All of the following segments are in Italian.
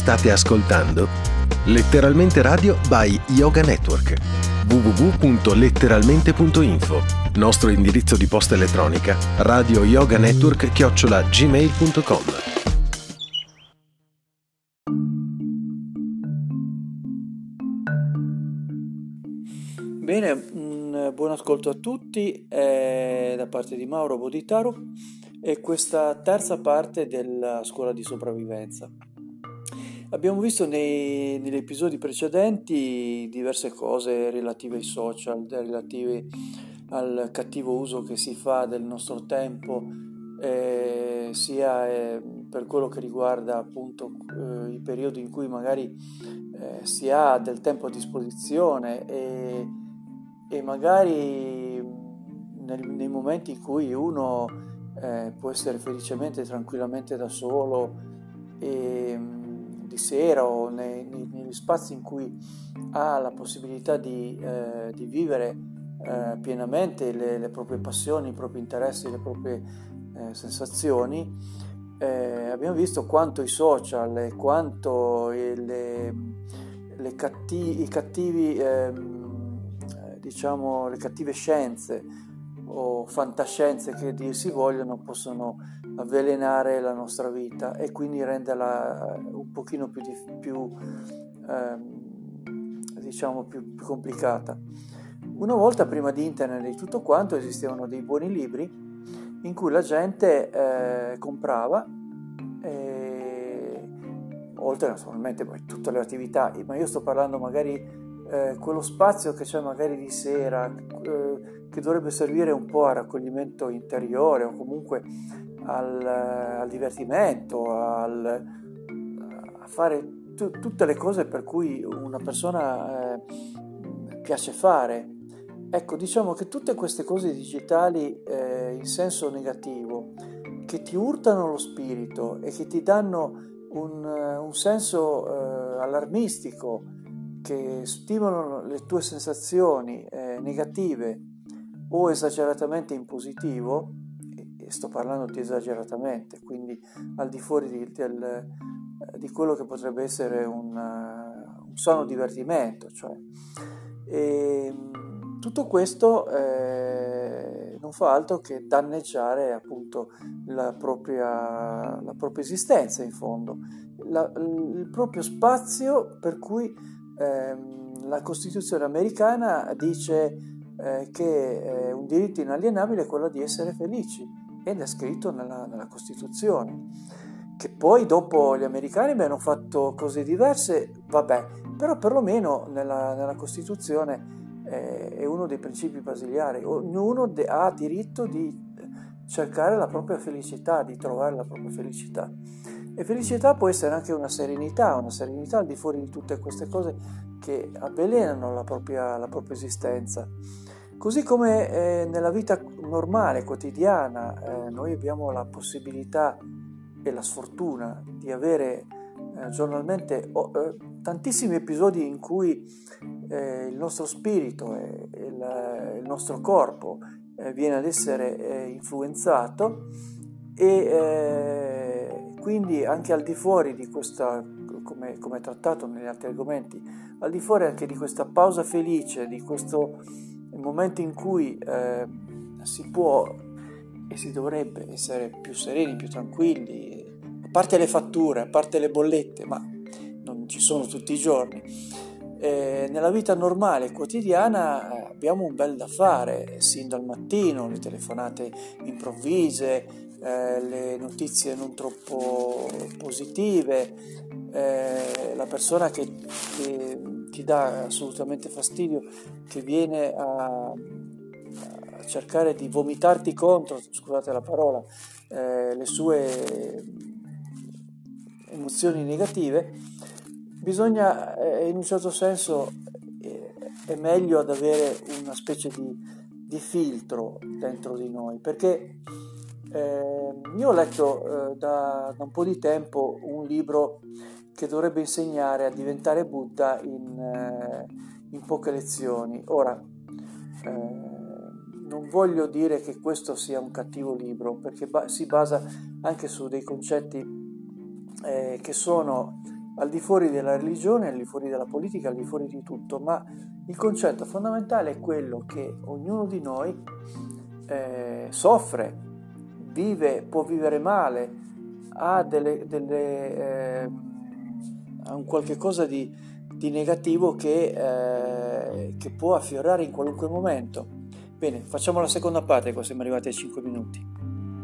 State ascoltando Letteralmente Radio by Yoga Network. www.letteralmente.info. Nostro indirizzo di posta elettronica radioyoganetwork@gmail.com. Bene, buon ascolto a tutti da parte di Mauro Boditaro e questa terza parte della scuola di sopravvivenza. Abbiamo visto negli episodi precedenti diverse cose relative ai social, relative al cattivo uso che si fa del nostro tempo, sia per quello che riguarda appunto i periodi in cui magari si ha del tempo a disposizione e magari nei momenti in cui uno può essere felicemente, tranquillamente da solo e di sera o negli spazi in cui ha la possibilità di vivere pienamente le proprie passioni, i propri interessi, le proprie sensazioni. Abbiamo visto quanto i social e quanto i cattivi diciamo le cattive scienze o fantascienze che dir si vogliono possono avvelenare la nostra vita e quindi renderla un pochino diciamo più complicata. Una volta, prima di internet e di tutto quanto, esistevano dei buoni libri in cui la gente comprava, oltre naturalmente poi tutte le attività, ma io sto parlando magari quello spazio che c'è magari di sera, che dovrebbe servire un po' al raccoglimento interiore o comunque al divertimento, a fare tutte le cose per cui una persona piace fare. Ecco, diciamo che tutte queste cose digitali in senso negativo, che ti urtano lo spirito e che ti danno un senso allarmistico, che stimolano le tue sensazioni negative o esageratamente in positivo, e sto parlando di esageratamente, quindi al di fuori di quello che potrebbe essere un sano divertimento, cioè. Tutto questo non fa altro che danneggiare appunto la propria esistenza, in fondo, il proprio spazio, per cui la Costituzione americana dice che un diritto inalienabile è quello di essere felici, ed è scritto nella Costituzione. Che poi dopo gli americani hanno fatto cose diverse, vabbè, però perlomeno nella Costituzione è uno dei principi basilari. Ognuno ha diritto di cercare la propria felicità, di trovare la propria felicità. E felicità può essere anche una serenità al di fuori di tutte queste cose che avvelenano la propria esistenza. Così come nella vita normale, quotidiana, noi abbiamo la possibilità e la sfortuna di avere giornalmente tantissimi episodi in cui il nostro spirito e il nostro corpo viene ad essere influenzato e quindi anche al di fuori di questa, come trattato negli altri argomenti, al di fuori anche di questa pausa felice, di questo momento in cui si può e si dovrebbe essere più sereni, più tranquilli, a parte le fatture, a parte le bollette, ma non ci sono tutti i giorni. Nella vita normale, quotidiana, abbiamo un bel da fare, sin dal mattino, le telefonate improvvise, le notizie non troppo positive, la persona che ti dà assolutamente fastidio, che viene a cercare di vomitarti contro, scusate la parola, le sue emozioni negative. Bisogna, in un certo senso, è meglio ad avere una specie di filtro dentro di noi, perché io ho letto da un po' di tempo un libro che dovrebbe insegnare a diventare Buddha in poche lezioni. Ora, non voglio dire che questo sia un cattivo libro, perché si basa anche su dei concetti che sono al di fuori della religione, al di fuori della politica, al di fuori di tutto, ma il concetto fondamentale è quello che ognuno di noi soffre, vive, può vivere male, ha ha un qualche cosa di negativo che può affiorare in qualunque momento. Bene, facciamo la seconda parte, qua siamo arrivati ai 5 minuti.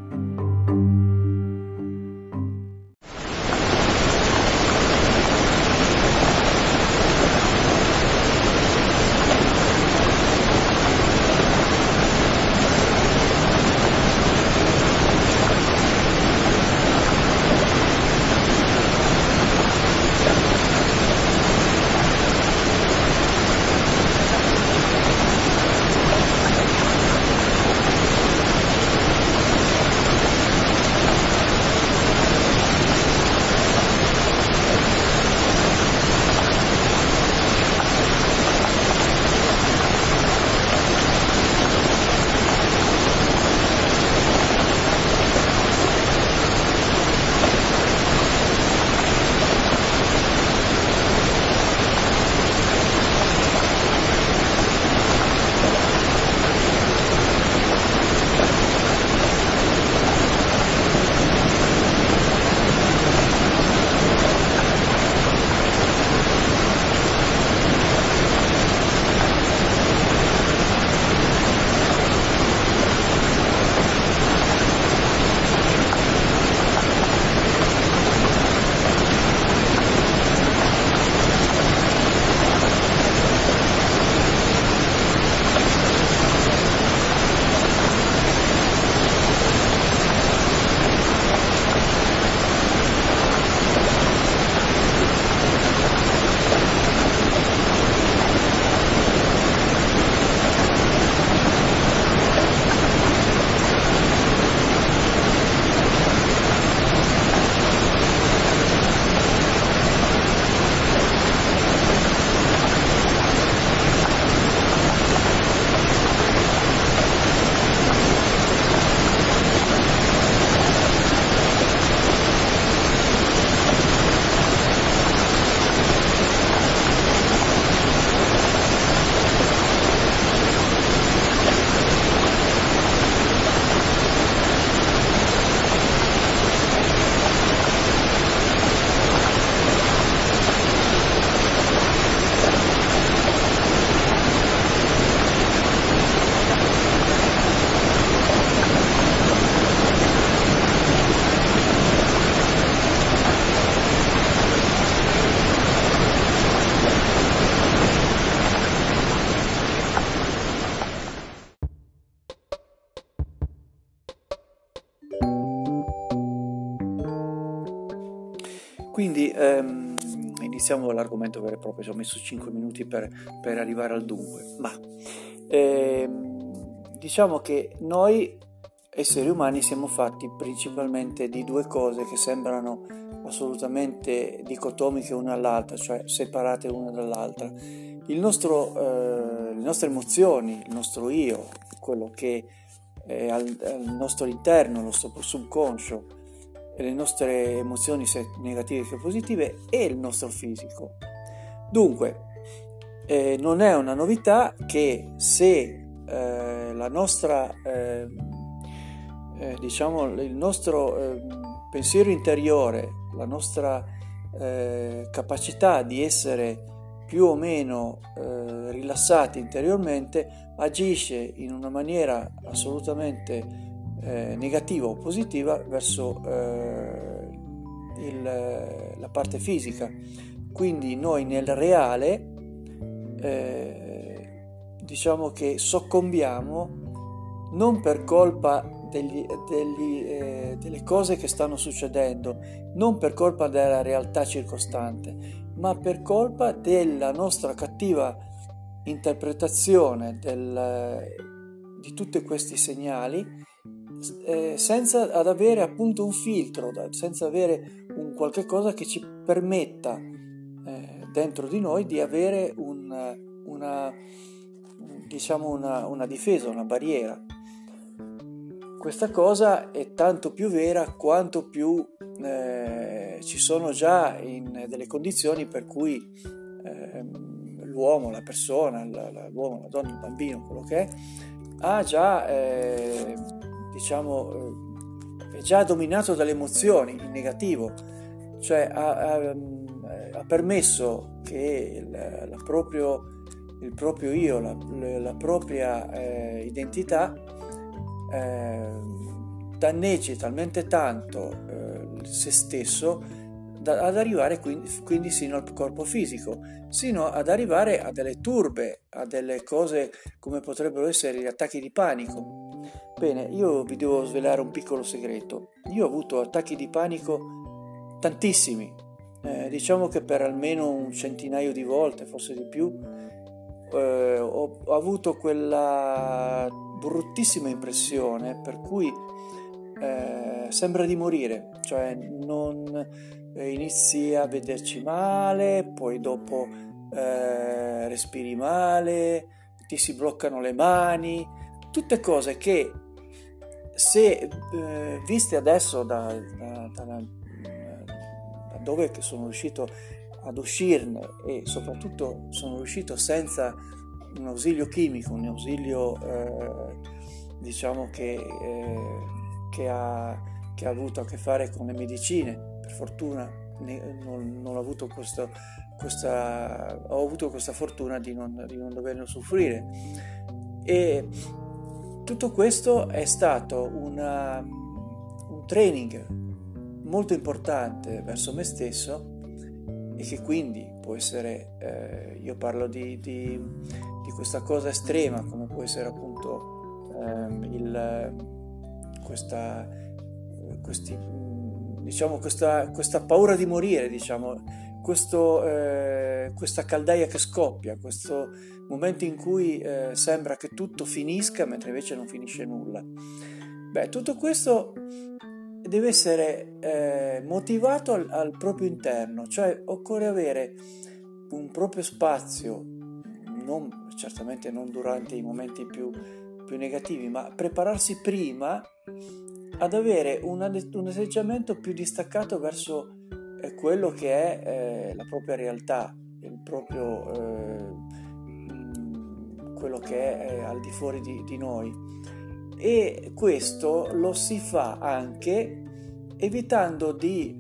Quindi iniziamo l'argomento vero e proprio. Ci ho messo 5 minuti per arrivare al dunque, ma diciamo che noi esseri umani siamo fatti principalmente di due cose che sembrano assolutamente dicotomiche una all'altra, cioè separate una dall'altra. Le nostre emozioni, il nostro io, quello che è al nostro interno, il nostro subconscio, le nostre emozioni sia negative che positive, e il nostro fisico. Dunque non è una novità che se la nostra il nostro pensiero interiore, la nostra capacità di essere più o meno rilassati interiormente agisce in una maniera assolutamente negativa o positiva verso la parte fisica. Quindi noi nel reale diciamo che soccombiamo non per colpa delle cose che stanno succedendo, non per colpa della realtà circostante, ma per colpa della nostra cattiva interpretazione di tutti questi segnali, senza ad avere appunto un filtro, senza avere un qualche cosa che ci permetta dentro di noi di avere una difesa, una barriera. Questa cosa è tanto più vera quanto più ci sono già in delle condizioni per cui l'uomo, la persona, l'uomo, la donna, il bambino, quello che ha già, è già dominato dalle emozioni in negativo, cioè ha permesso che il proprio io, la propria identità danneggi talmente tanto se stesso ad arrivare quindi sino al corpo fisico, sino ad arrivare a delle turbe, a delle cose come potrebbero essere gli attacchi di panico. Bene, io vi devo svelare un piccolo segreto. Io ho avuto attacchi di panico tantissimi, diciamo che per almeno un centinaio di volte, forse di più, ho avuto quella bruttissima impressione per cui sembra di morire, cioè inizi a vederci male, poi dopo respiri male, ti si bloccano le mani, tutte cose che se viste adesso da dove sono riuscito ad uscirne, e soprattutto sono riuscito senza un ausilio chimico, un ausilio diciamo che ha avuto a che fare con le medicine. Per fortuna non ho avuto ho avuto questa fortuna di non doverne soffrire, e tutto questo è stato un training molto importante verso me stesso, e che quindi può essere, io parlo di questa cosa estrema come può essere appunto questa paura di morire, questa caldaia che scoppia, questo momento in cui sembra che tutto finisca mentre invece non finisce nulla. Beh, tutto questo deve essere motivato al proprio interno, cioè occorre avere un proprio spazio, certamente non durante i momenti più negativi, ma prepararsi prima ad avere un atteggiamento più distaccato verso quello che è la propria realtà, quello che è al di fuori di noi. E questo lo si fa anche evitando di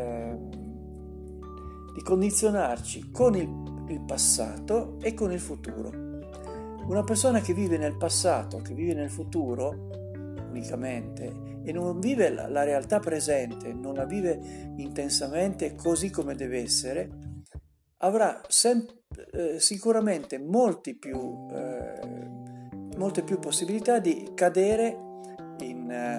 condizionarci con il passato e con il futuro. Una persona che vive nel passato, che vive nel futuro unicamente, e non vive la realtà presente, non la vive intensamente così come deve essere, avrà sicuramente molte più possibilità di cadere in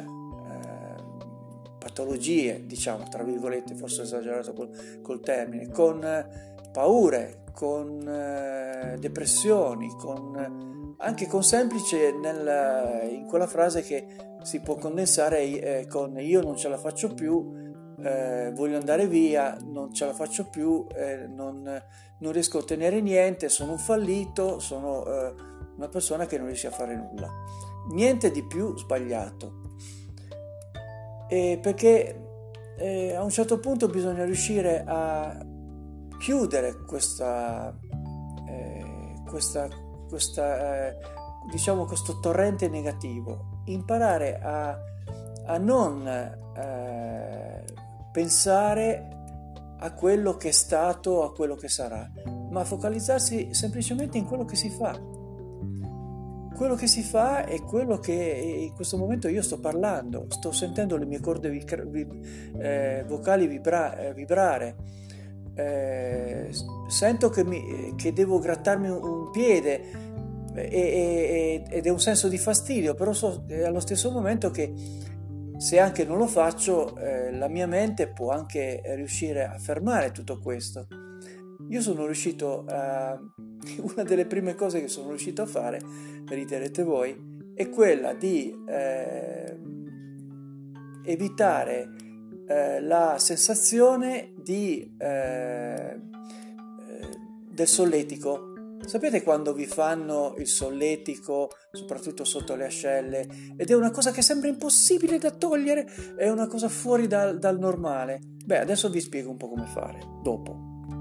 patologie, diciamo, tra virgolette, forse ho esagerato col termine, con paure, con depressioni, anche con semplice in quella frase che si può condensare con io non ce la faccio più, voglio andare via, non ce la faccio più, non riesco a ottenere niente, sono un fallito, sono una persona che non riesce a fare nulla. Niente di più sbagliato, perché a un certo punto bisogna riuscire a chiudere questo torrente negativo, imparare a non pensare a quello che è stato, a quello che sarà, ma focalizzarsi semplicemente in quello che si fa. Quello che si fa è quello che in questo momento io sto parlando, sto sentendo le mie corde vocali vibrare, sento che devo grattarmi un piede ed è un senso di fastidio, però so allo stesso momento che se anche non lo faccio, la mia mente può anche riuscire a fermare tutto questo. Io sono riuscito una delle prime cose che sono riuscito a fare, riderete voi, è quella di evitare la sensazione del solletico. Sapete quando vi fanno il solletico, soprattutto sotto le ascelle, ed è una cosa che sembra impossibile da togliere, è una cosa fuori dal normale. Beh, adesso vi spiego un po' come fare, dopo.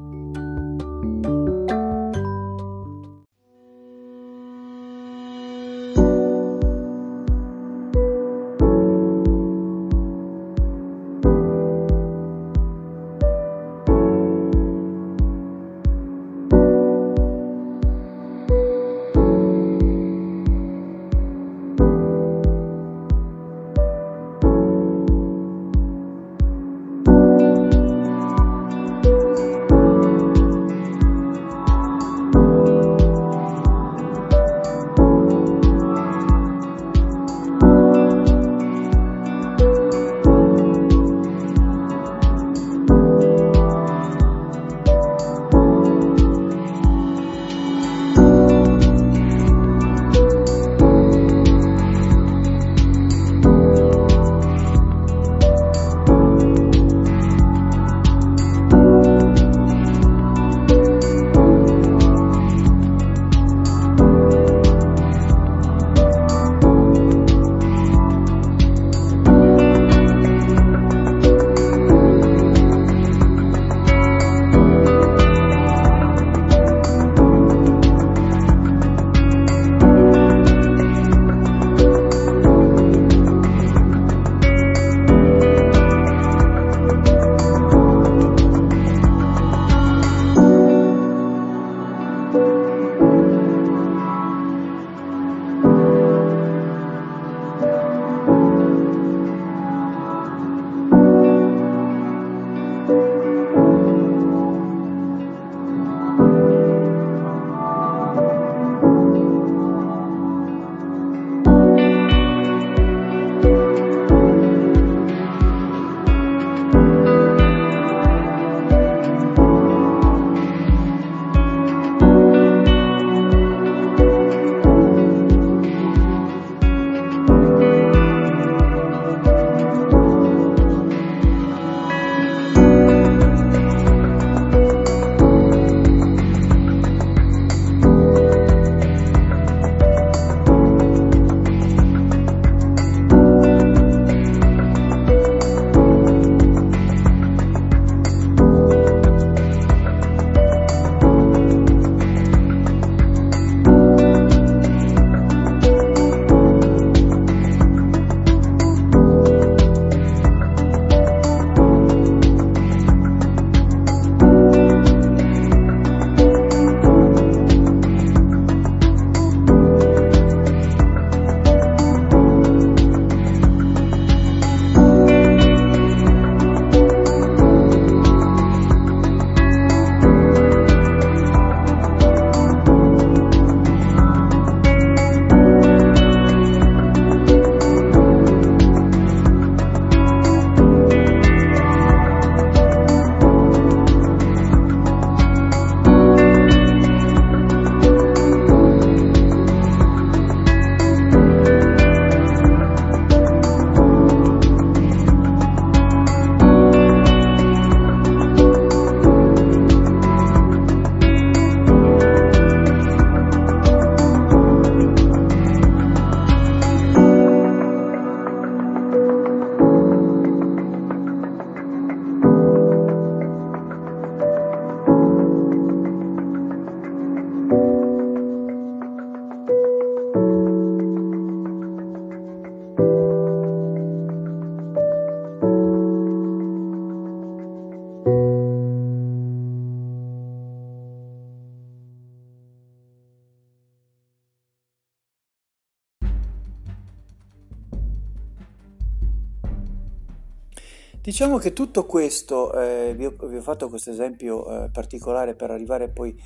Diciamo che tutto questo, vi ho fatto questo esempio particolare per arrivare poi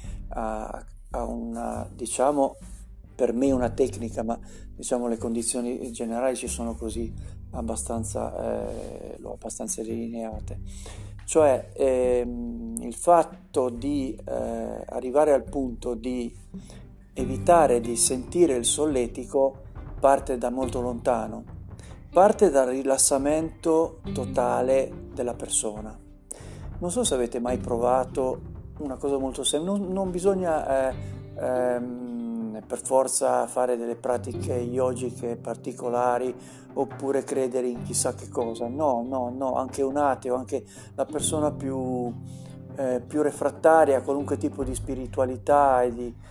a una, diciamo, per me una tecnica, ma diciamo le condizioni generali ci sono così l'ho abbastanza delineate. Cioè il fatto di arrivare al punto di evitare di sentire il solletico parte da molto lontano. Parte dal rilassamento totale della persona. Non so se avete mai provato una cosa molto semplice, non bisogna per forza fare delle pratiche yogiche particolari oppure credere in chissà che cosa. No, no, no, anche un ateo, anche la persona più refrattaria a qualunque tipo di spiritualità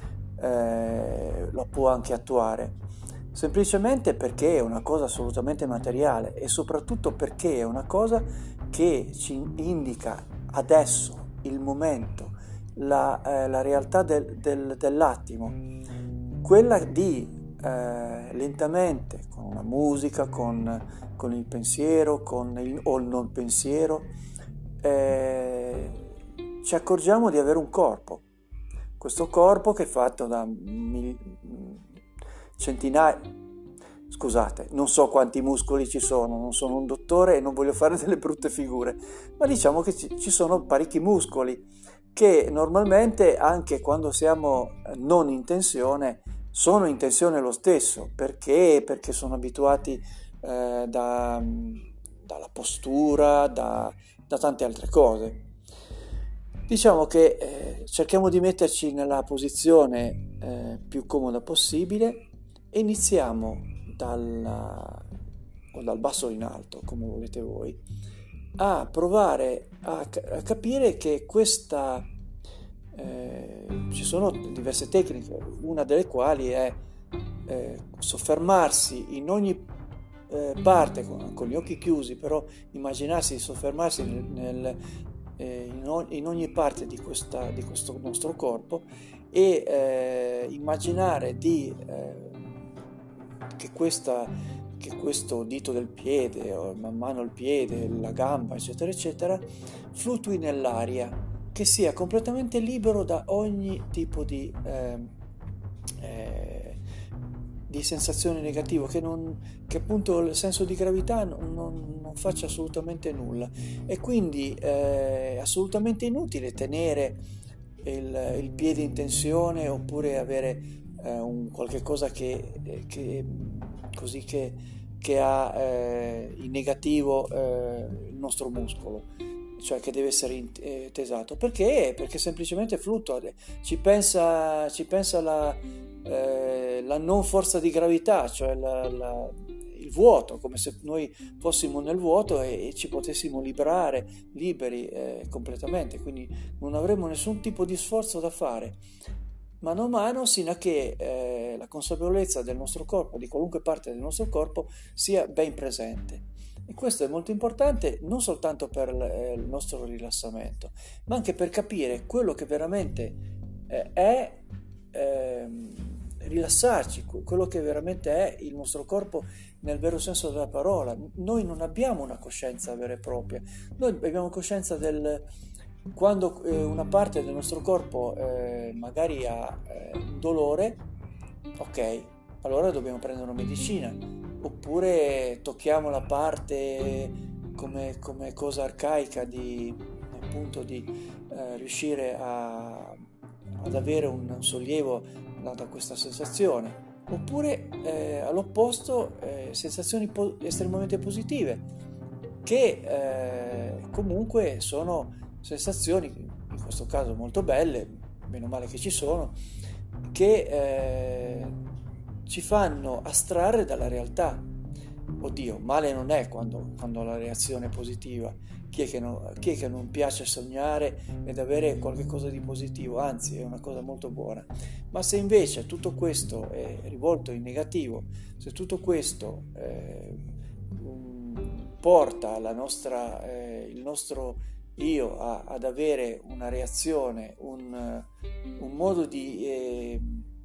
lo può anche attuare, semplicemente perché è una cosa assolutamente materiale e soprattutto perché è una cosa che ci indica adesso, il momento, la realtà dell'attimo, quella di lentamente, con una musica, con il pensiero, o il non pensiero, ci accorgiamo di avere un corpo. Questo corpo che è fatto da centinaia, scusate, non so quanti muscoli ci sono, non sono un dottore e non voglio fare delle brutte figure, ma diciamo che ci sono parecchi muscoli che normalmente, anche quando siamo non in tensione, sono in tensione lo stesso. Perché? Perché sono abituati dalla postura, da tante altre cose. Diciamo che cerchiamo di metterci nella posizione più comoda possibile e iniziamo o dal basso in alto, come volete voi, a provare a capire che ci sono diverse tecniche, una delle quali è soffermarsi in ogni parte con gli occhi chiusi, però immaginarsi di soffermarsi in ogni parte di questo nostro corpo e immaginare che questo dito del piede, o man mano il piede, la gamba, eccetera, eccetera, fluttui nell'aria, che sia completamente libero da ogni tipo di sensazione negativa, che appunto il senso di gravità non faccia assolutamente nulla. E quindi è assolutamente inutile tenere il piede in tensione oppure avere qualche cosa che ha in negativo il nostro muscolo, cioè che deve essere tesato. Perché semplicemente fluttua, ci pensa la non forza di gravità, cioè il vuoto, come se noi fossimo nel vuoto e ci potessimo liberi completamente, quindi non avremo nessun tipo di sforzo da fare. Mano a mano, sino a che la consapevolezza del nostro corpo, di qualunque parte del nostro corpo, sia ben presente. E questo è molto importante non soltanto per il nostro rilassamento, ma anche per capire quello che veramente è rilassarci, quello che veramente è il nostro corpo nel vero senso della parola. Noi non abbiamo una coscienza vera e propria, noi abbiamo coscienza quando una parte del nostro corpo magari ha un dolore, ok, allora dobbiamo prendere una medicina, oppure tocchiamo la parte come cosa arcaica di riuscire ad avere un sollievo da questa sensazione, oppure all'opposto sensazioni estremamente positive che comunque sono sensazioni, in questo caso molto belle, meno male che ci sono, che ci fanno astrarre dalla realtà. Oddio, male non è quando la reazione è positiva. Chi è che non piace sognare ed avere qualche cosa di positivo? Anzi, è una cosa molto buona. Ma se invece tutto questo è rivolto in negativo, se tutto questo porta il nostro io ad avere una reazione, un modo di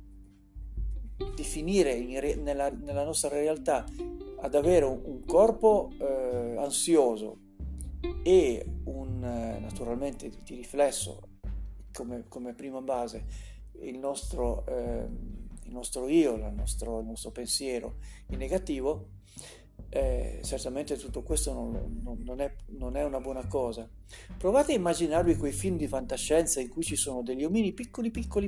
finire nella nostra realtà, ad avere un corpo ansioso e naturalmente di riflesso come prima base il nostro io, il nostro pensiero in negativo, certamente tutto questo non è una buona cosa. Provate a immaginarvi quei film di fantascienza in cui ci sono degli omini piccoli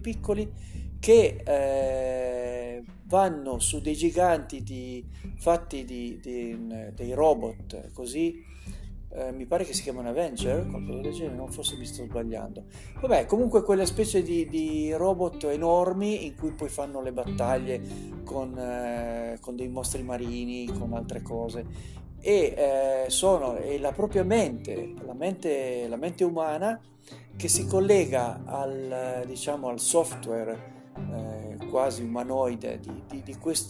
che vanno su dei giganti fatti dei robot così mi pare che si chiamano Avenger, qualcosa del genere, non, forse mi sto sbagliando. Vabbè, comunque quelle specie di robot enormi in cui poi fanno le battaglie con dei mostri marini, con altre cose. È la propria mente, la mente umana che si collega diciamo, al software quasi umanoide di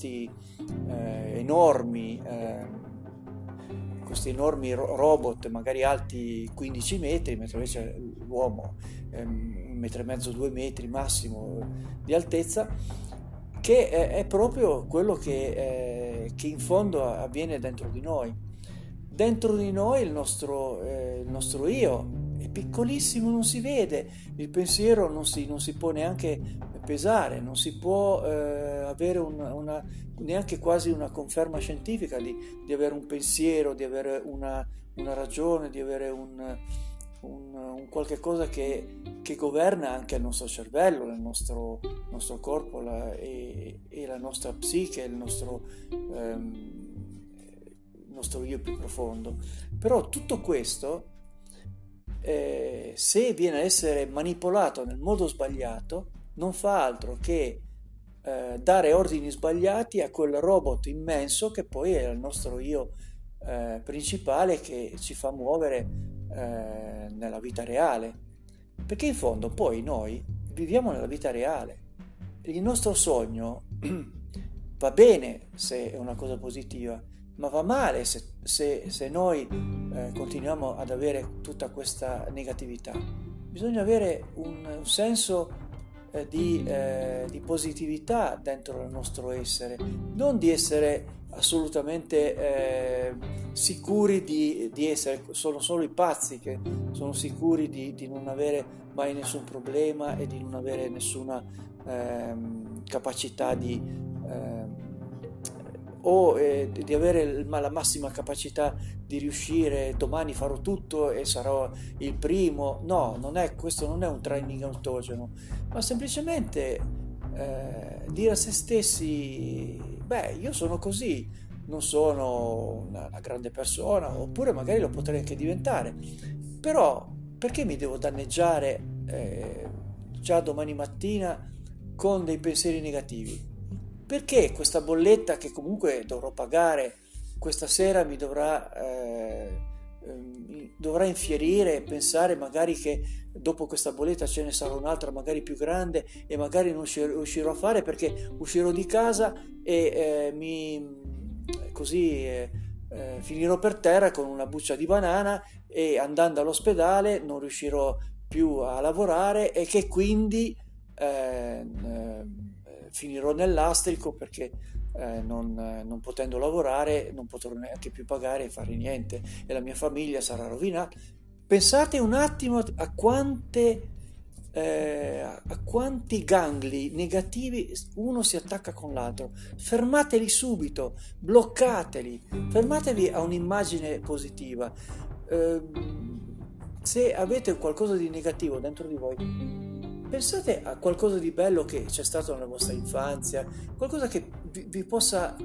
questi enormi robot, magari alti 15 metri, mentre invece l'uomo è 1,5 metri, 2 metri massimo di altezza, che è proprio quello che in fondo avviene dentro di noi. Dentro di noi il nostro io è piccolissimo, non si vede, il pensiero non si può neanche pesare, non si può avere neanche quasi una conferma scientifica di avere un pensiero, di avere una ragione, di avere un qualche cosa che governa anche il nostro cervello, il nostro corpo e la nostra psiche, il nostro io più profondo. Però tutto questo, se viene a essere manipolato nel modo sbagliato, non fa altro che dare ordini sbagliati a quel robot immenso che poi è il nostro io principale, che ci fa muovere nella vita reale. Perché in fondo poi noi viviamo nella vita reale. Il nostro sogno va bene se è una cosa positiva, ma va male se noi continuiamo ad avere tutta questa negatività. Bisogna avere un senso di positività dentro il nostro essere, non di essere assolutamente sicuri di essere, sono solo i pazzi che sono sicuri di non avere mai nessun problema e di non avere nessuna capacità di avere la massima capacità di riuscire, domani farò tutto e sarò il primo. No, questo non è un training autogeno, ma semplicemente dire a se stessi: beh, io sono così, non sono una grande persona, oppure magari lo potrei anche diventare, però perché mi devo danneggiare già domani mattina con dei pensieri negativi? Perché questa bolletta che comunque dovrò pagare questa sera dovrà infierire e pensare magari che dopo questa bolletta ce ne sarà un'altra magari più grande e magari non riuscirò a fare perché uscirò di casa e finirò per terra con una buccia di banana, e andando all'ospedale non riuscirò più a lavorare e che quindi finirò nel lastrico perché non potendo lavorare non potrò neanche più pagare e fare niente e la mia famiglia sarà rovinata. Pensate un attimo a quanti gangli negativi uno si attacca con l'altro. Fermateli subito, bloccateli, fermatevi a un'immagine positiva. Se avete qualcosa di negativo dentro di voi, pensate a qualcosa di bello che c'è stato nella vostra infanzia, qualcosa che vi possa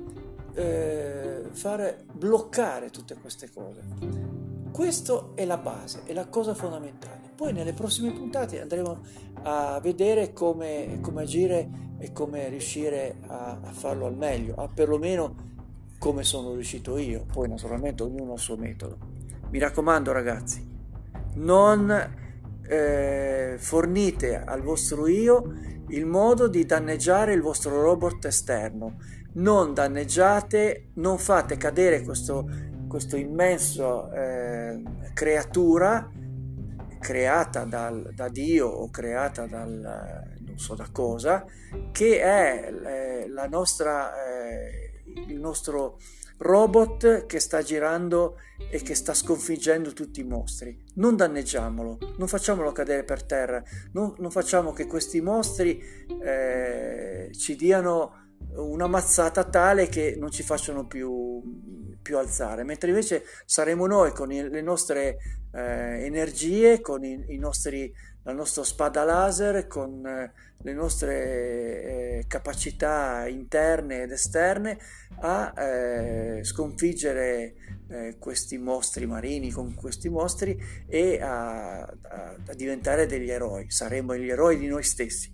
fare bloccare tutte queste cose. Questo è la base, è la cosa fondamentale. Poi nelle prossime puntate andremo a vedere come agire e come riuscire a farlo al meglio, a perlomeno come sono riuscito io. Poi naturalmente ognuno ha il suo metodo. Mi raccomando ragazzi, non fornite al vostro io il modo di danneggiare il vostro robot esterno. Non danneggiate, non fate cadere questo immenso creatura creata da Dio o creata non so da cosa, che è il nostro robot che sta girando e che sta sconfiggendo tutti i mostri. Non danneggiamolo, non facciamolo cadere per terra, non facciamo che questi mostri ci diano una mazzata tale che non ci facciano più più alzare, mentre invece saremo noi con le nostre energie, con la nostra spada laser, con le nostre capacità interne ed esterne a sconfiggere questi mostri marini, con questi mostri, e a diventare degli eroi. Saremo gli eroi di noi stessi.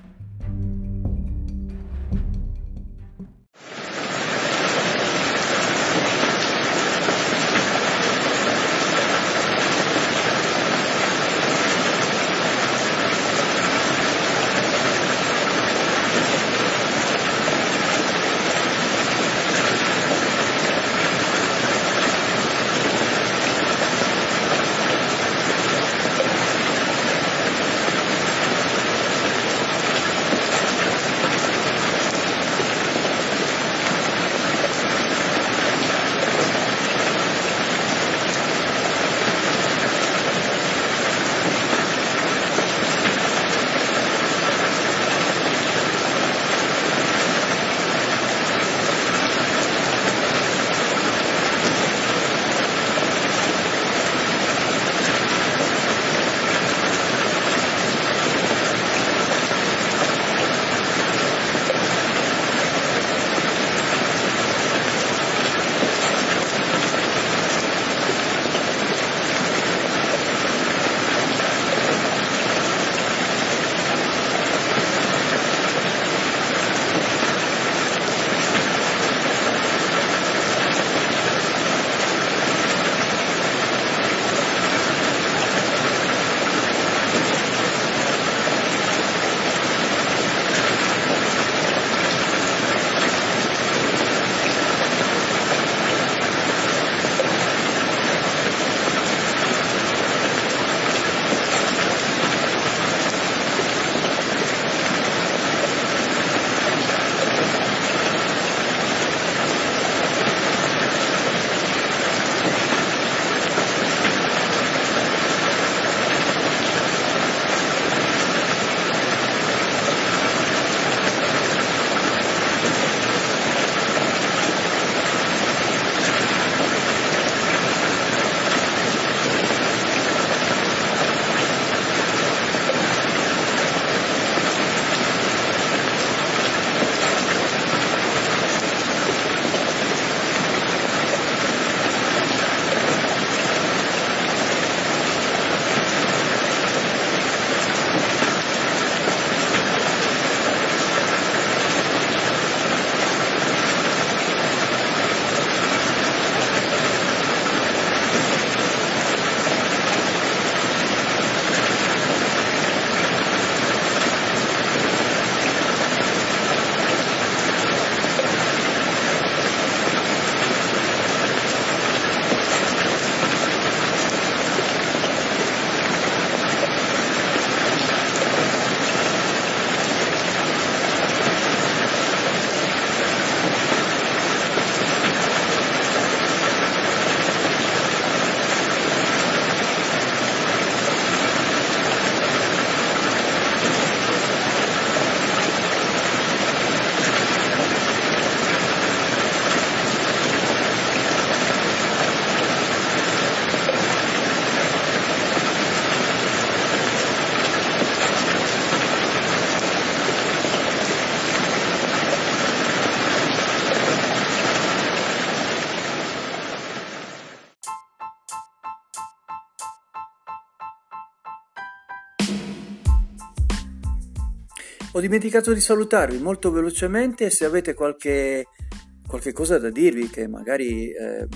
Ho dimenticato di salutarvi molto velocemente. Se avete qualche cosa da dirvi, che magari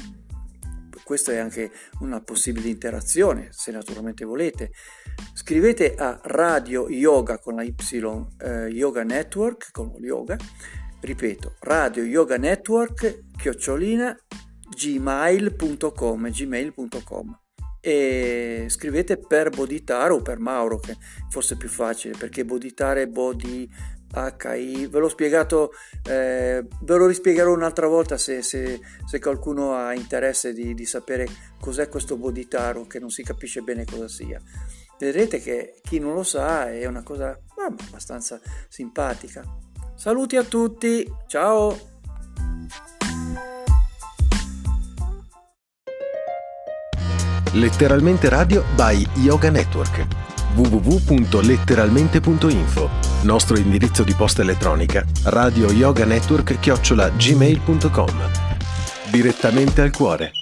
questa è anche una possibile interazione, se naturalmente volete, scrivete a Radio Yoga con la Y, Yoga Network con yoga, ripeto, Radio Yoga Network @gmail.com, e scrivete per Bodhitaro o per Mauro, che forse è più facile, perché Bodhitare, Bodhi, HI, ve l'ho spiegato, ve lo rispiegherò un'altra volta se qualcuno ha interesse di sapere cos'è questo Bodhitaro, che non si capisce bene cosa sia. Vedrete che chi non lo sa è una cosa abbastanza simpatica. Saluti a tutti, ciao! Letteralmente Radio by Yoga Network. www.letteralmente.info. Nostro indirizzo di posta elettronica radioyoganetwork@gmail.com. Direttamente al cuore.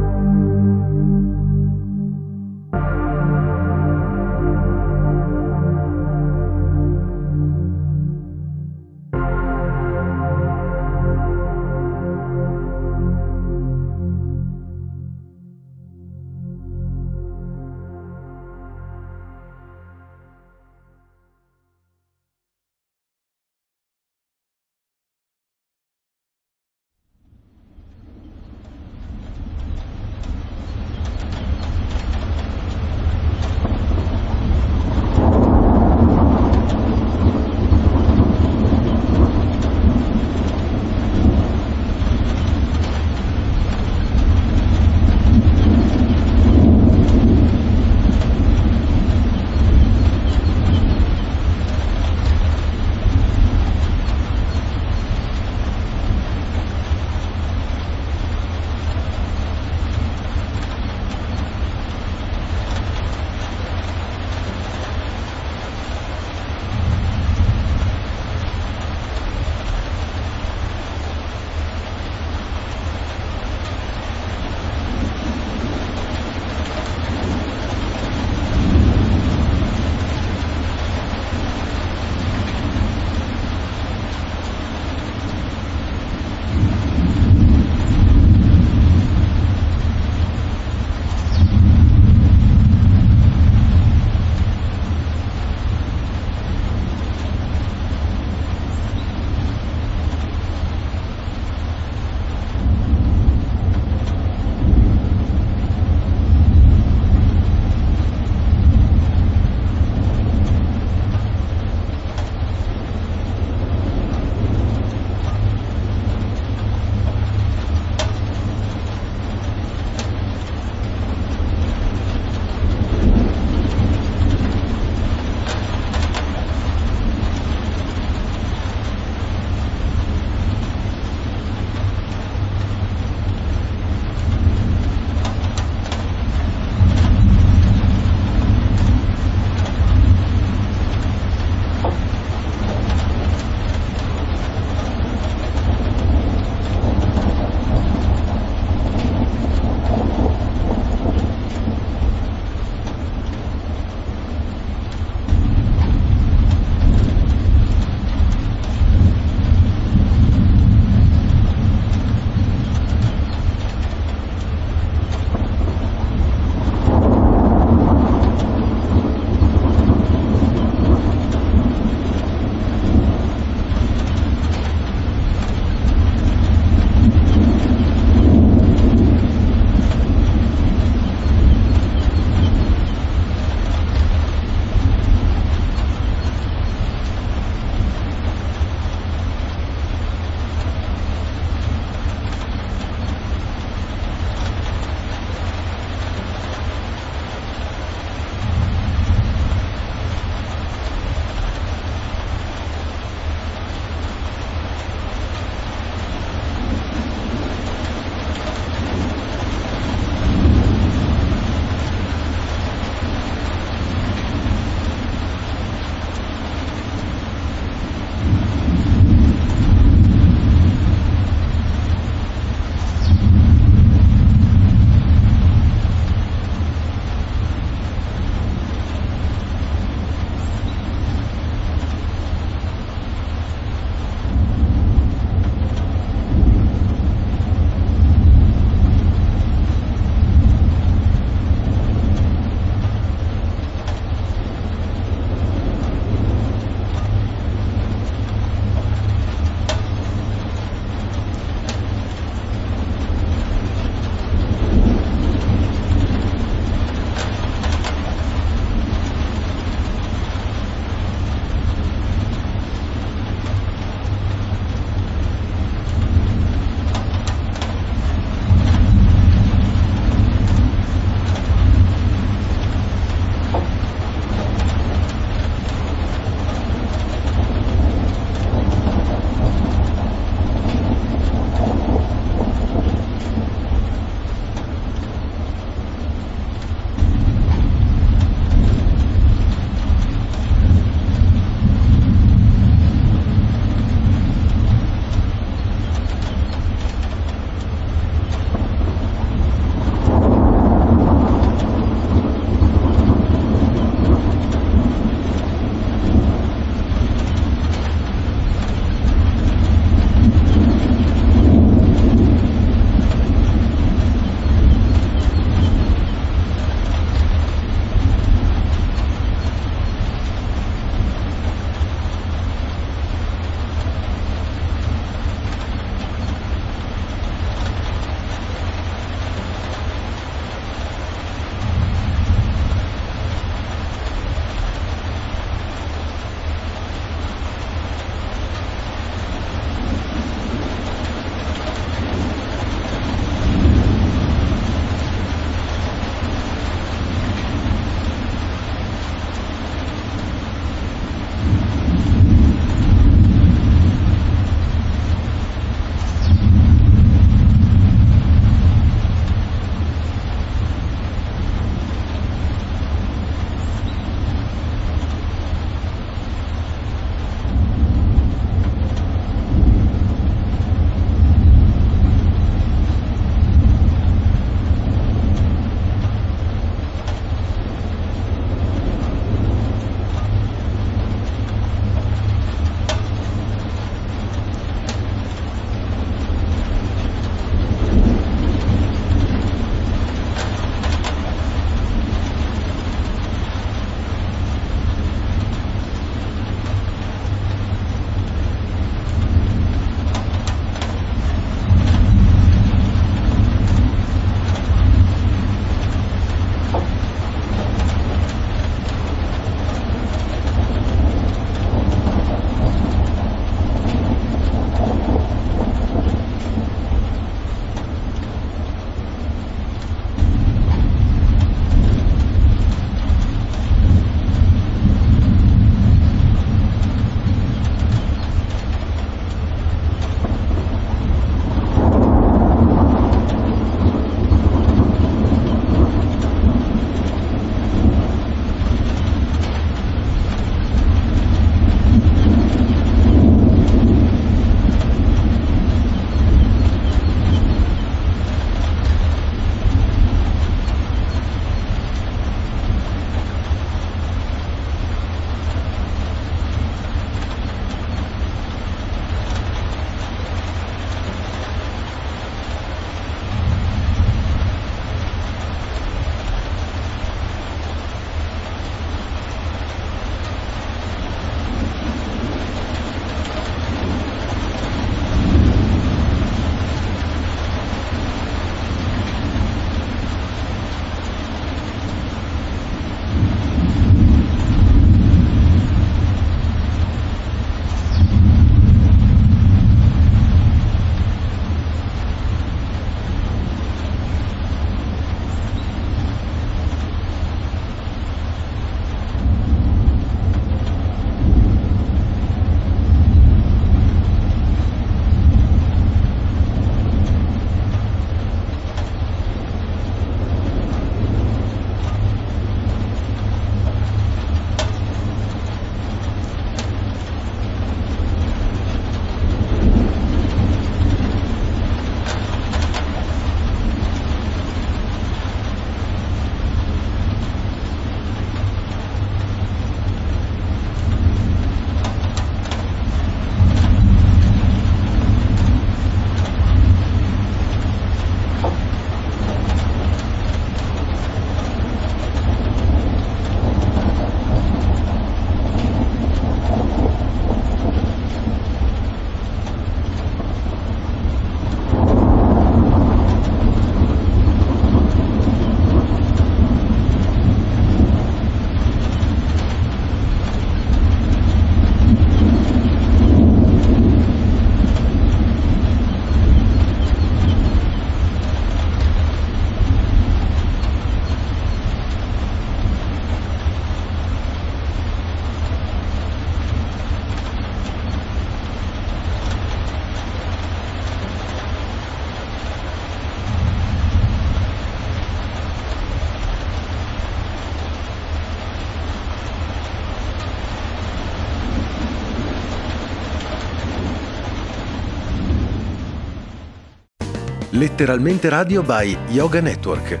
Letteralmente Radio by Yoga Network.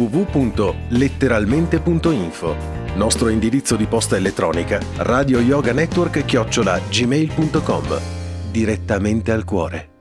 www.letteralmente.info. Nostro indirizzo di posta elettronica radioyoganetwork@gmail.com. Direttamente al cuore.